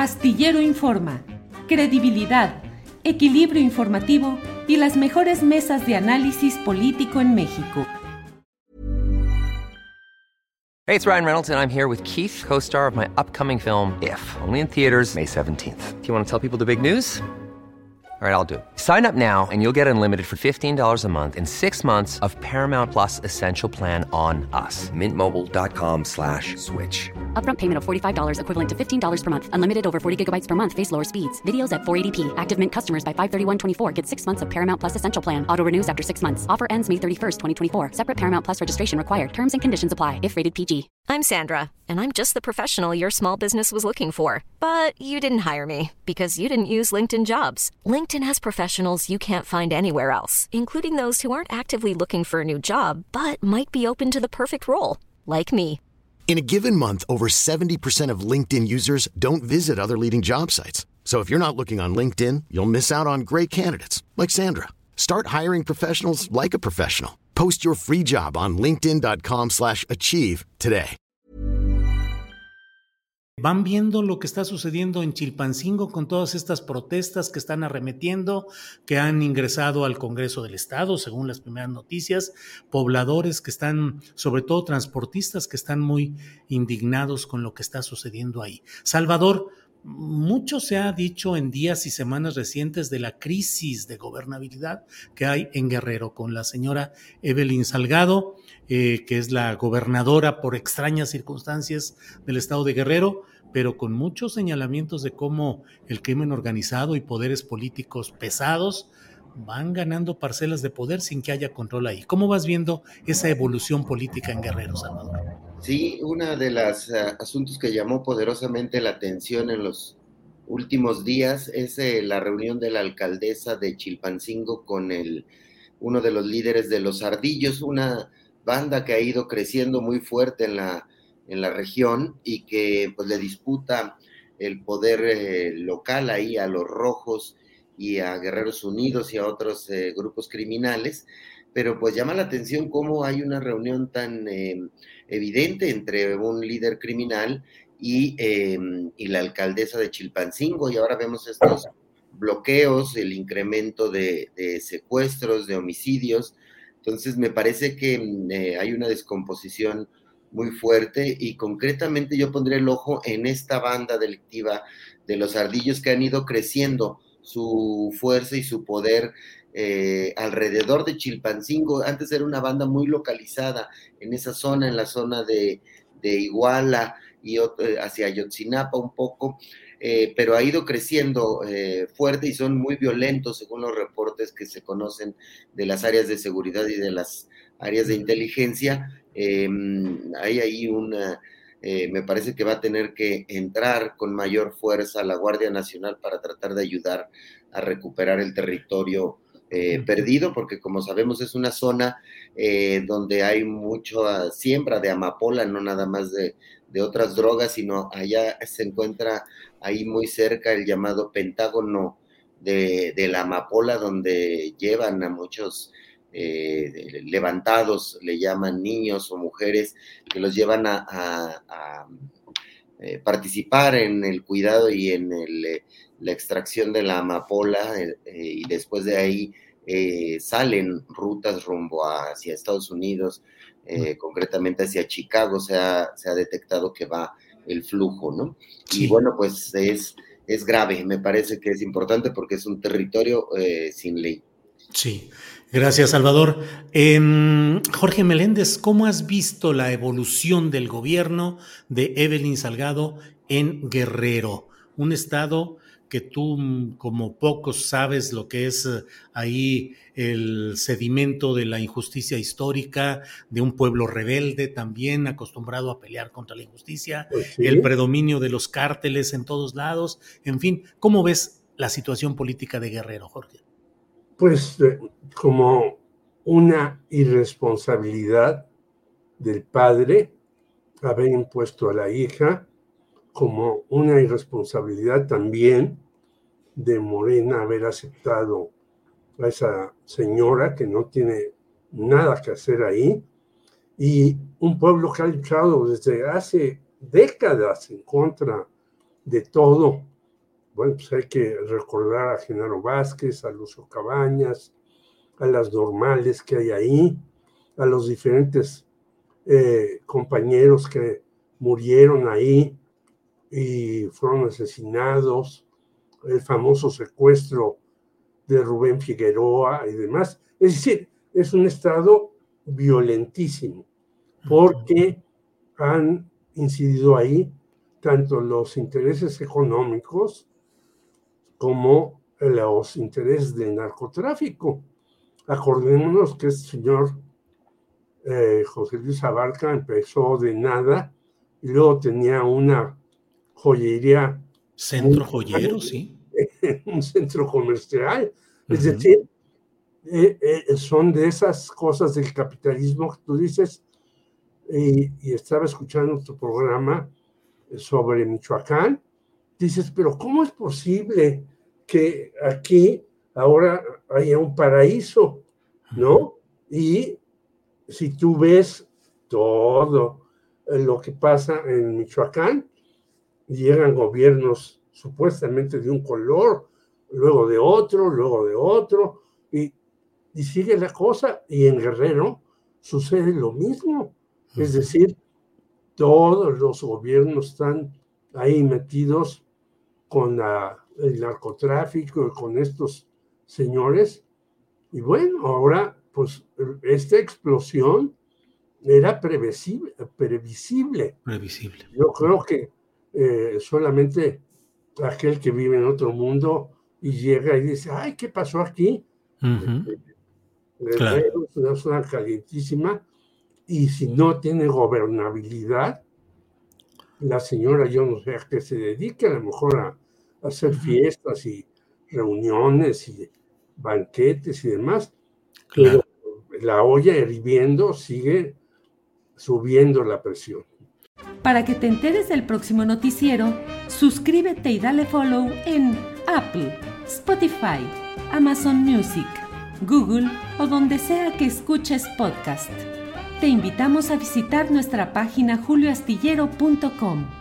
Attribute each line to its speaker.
Speaker 1: Astillero Informa, credibilidad, equilibrio informativo y las mejores mesas de análisis político en México.
Speaker 2: Hey, it's Ryan Reynolds, and I'm here with Keith, co-star of my upcoming film, If, only in theaters May 17th. Do you want to tell people the big news? All right, I'll do it. Sign up now and you'll get unlimited for $15 a month and 6 months of Paramount Plus Essential Plan on us. MintMobile.com/switch.
Speaker 3: Upfront payment of $45 equivalent to $15 per month. Unlimited over 40 gigabytes per month. Face lower speeds. Videos at 480p. Active Mint customers by 531.24 get 6 months of Paramount Plus Essential Plan. Auto renews after 6 months. Offer ends May 31st, 2024. Separate Paramount Plus registration required. Terms and conditions apply if rated PG.
Speaker 4: I'm Sandra, and I'm just the professional your small business was looking for. But you didn't hire me because you didn't use LinkedIn Jobs. LinkedIn has professionals you can't find anywhere else, including those who aren't actively looking for a new job, but might be open to the perfect role, like me.
Speaker 5: In a given month, over 70% of LinkedIn users don't visit other leading job sites. So if you're not looking on LinkedIn, you'll miss out on great candidates like Sandra. Start hiring professionals like a professional. Post your free job on linkedin.com/achieve today.
Speaker 6: Van viendo lo que está sucediendo en Chilpancingo con todas estas protestas que están arremetiendo, que han ingresado al Congreso del Estado, según las primeras noticias, pobladores que están, sobre todo transportistas, que están muy indignados con lo que está sucediendo ahí. Salvador, mucho se ha dicho en días y semanas recientes de la crisis de gobernabilidad que hay en Guerrero con la señora Evelyn Salgado, que es la gobernadora por extrañas circunstancias del estado de Guerrero, pero con muchos señalamientos de cómo el crimen organizado y poderes políticos pesados van ganando parcelas de poder sin que haya control ahí. ¿Cómo vas viendo esa evolución política en Guerrero, Salvador?
Speaker 7: Sí, una de las asuntos que llamó poderosamente la atención en los últimos días es la reunión de la alcaldesa de Chilpancingo con uno de los líderes de los Ardillos, una banda que ha ido creciendo muy fuerte en la región y que pues le disputa el poder local ahí a los Rojos y a Guerreros Unidos y a otros grupos criminales, pero pues llama la atención cómo hay una reunión tan evidente entre un líder criminal y la alcaldesa de Chilpancingo, y ahora vemos estos bloqueos, el incremento de secuestros, de homicidios. Entonces me parece que hay una descomposición muy fuerte y concretamente yo pondré el ojo en esta banda delictiva de los Ardillos que han ido creciendo su fuerza y su poder alrededor de Chilpancingo. Antes era una banda muy localizada en esa zona, en la zona de Iguala y hacia Ayotzinapa un poco, pero ha ido creciendo fuerte y son muy violentos según los reportes que se conocen de las áreas de seguridad y de las áreas de inteligencia. Hay ahí me parece que va a tener que entrar con mayor fuerza la Guardia Nacional para tratar de ayudar a recuperar el territorio perdido, porque como sabemos es una zona donde hay mucha siembra de amapola, no nada más de otras drogas, sino allá se encuentra ahí muy cerca el llamado Pentágono de la amapola, donde llevan a muchos levantados, le llaman niños o mujeres, que los llevan a participar en el cuidado y en la extracción de la amapola, y después de ahí salen rutas rumbo hacia Estados Unidos, concretamente hacia Chicago. Se ha detectado que va el flujo, ¿no? Sí. Y bueno, pues es grave, me parece que es importante porque es un territorio sin ley.
Speaker 6: Sí, gracias, Salvador. Jorge Meléndez, ¿cómo has visto la evolución del gobierno de Evelyn Salgado en Guerrero? Un estado que tú, como pocos, sabes lo que es ahí el sedimento de la injusticia histórica, de un pueblo rebelde también acostumbrado a pelear contra la injusticia, pues sí, el predominio de los cárteles en todos lados, en fin, ¿cómo ves la situación política de Guerrero, Jorge?
Speaker 8: Pues como una irresponsabilidad del padre haber impuesto a la hija, como una irresponsabilidad también de Morena haber aceptado a esa señora que no tiene nada que hacer ahí, y un pueblo que ha luchado desde hace décadas en contra de todo bueno, pues hay que recordar a Genaro Vázquez, a Lucio Cabañas, a las normales que hay ahí, a los diferentes compañeros que murieron ahí y fueron asesinados, el famoso secuestro de Rubén Figueroa y demás. Es decir, es un estado violentísimo porque han incidido ahí tanto los intereses económicos como los intereses del narcotráfico. Acordémonos que este señor José Luis Abarca empezó de nada y luego tenía una joyería.
Speaker 6: Centro joyero, sí.
Speaker 8: Un centro comercial. Es decir, son de esas cosas del capitalismo que tú dices, y estaba escuchando tu programa sobre Michoacán, dices, pero ¿cómo es posible que aquí ahora haya un paraíso, ¿no? Y si tú ves todo lo que pasa en Michoacán, llegan gobiernos supuestamente de un color, luego de otro, y sigue la cosa, y en Guerrero sucede lo mismo. Es decir, todos los gobiernos están ahí metidos con el narcotráfico y con estos señores. Y bueno, ahora, pues, esta explosión era previsible. Yo creo que solamente aquel que vive en otro mundo y llega y dice, ay, ¿qué pasó aquí? Claro. Es una zona calientísima, y si no tiene gobernabilidad, la señora, yo no sé a qué se dedica, a lo mejor a hacer fiestas y reuniones y banquetes y demás, claro. Pero la olla hirviendo sigue subiendo la presión.
Speaker 1: Para que te enteres del próximo noticiero, suscríbete y dale follow en Apple, Spotify, Amazon Music, Google o donde sea que escuches podcast. Te invitamos a visitar nuestra página julioastillero.com.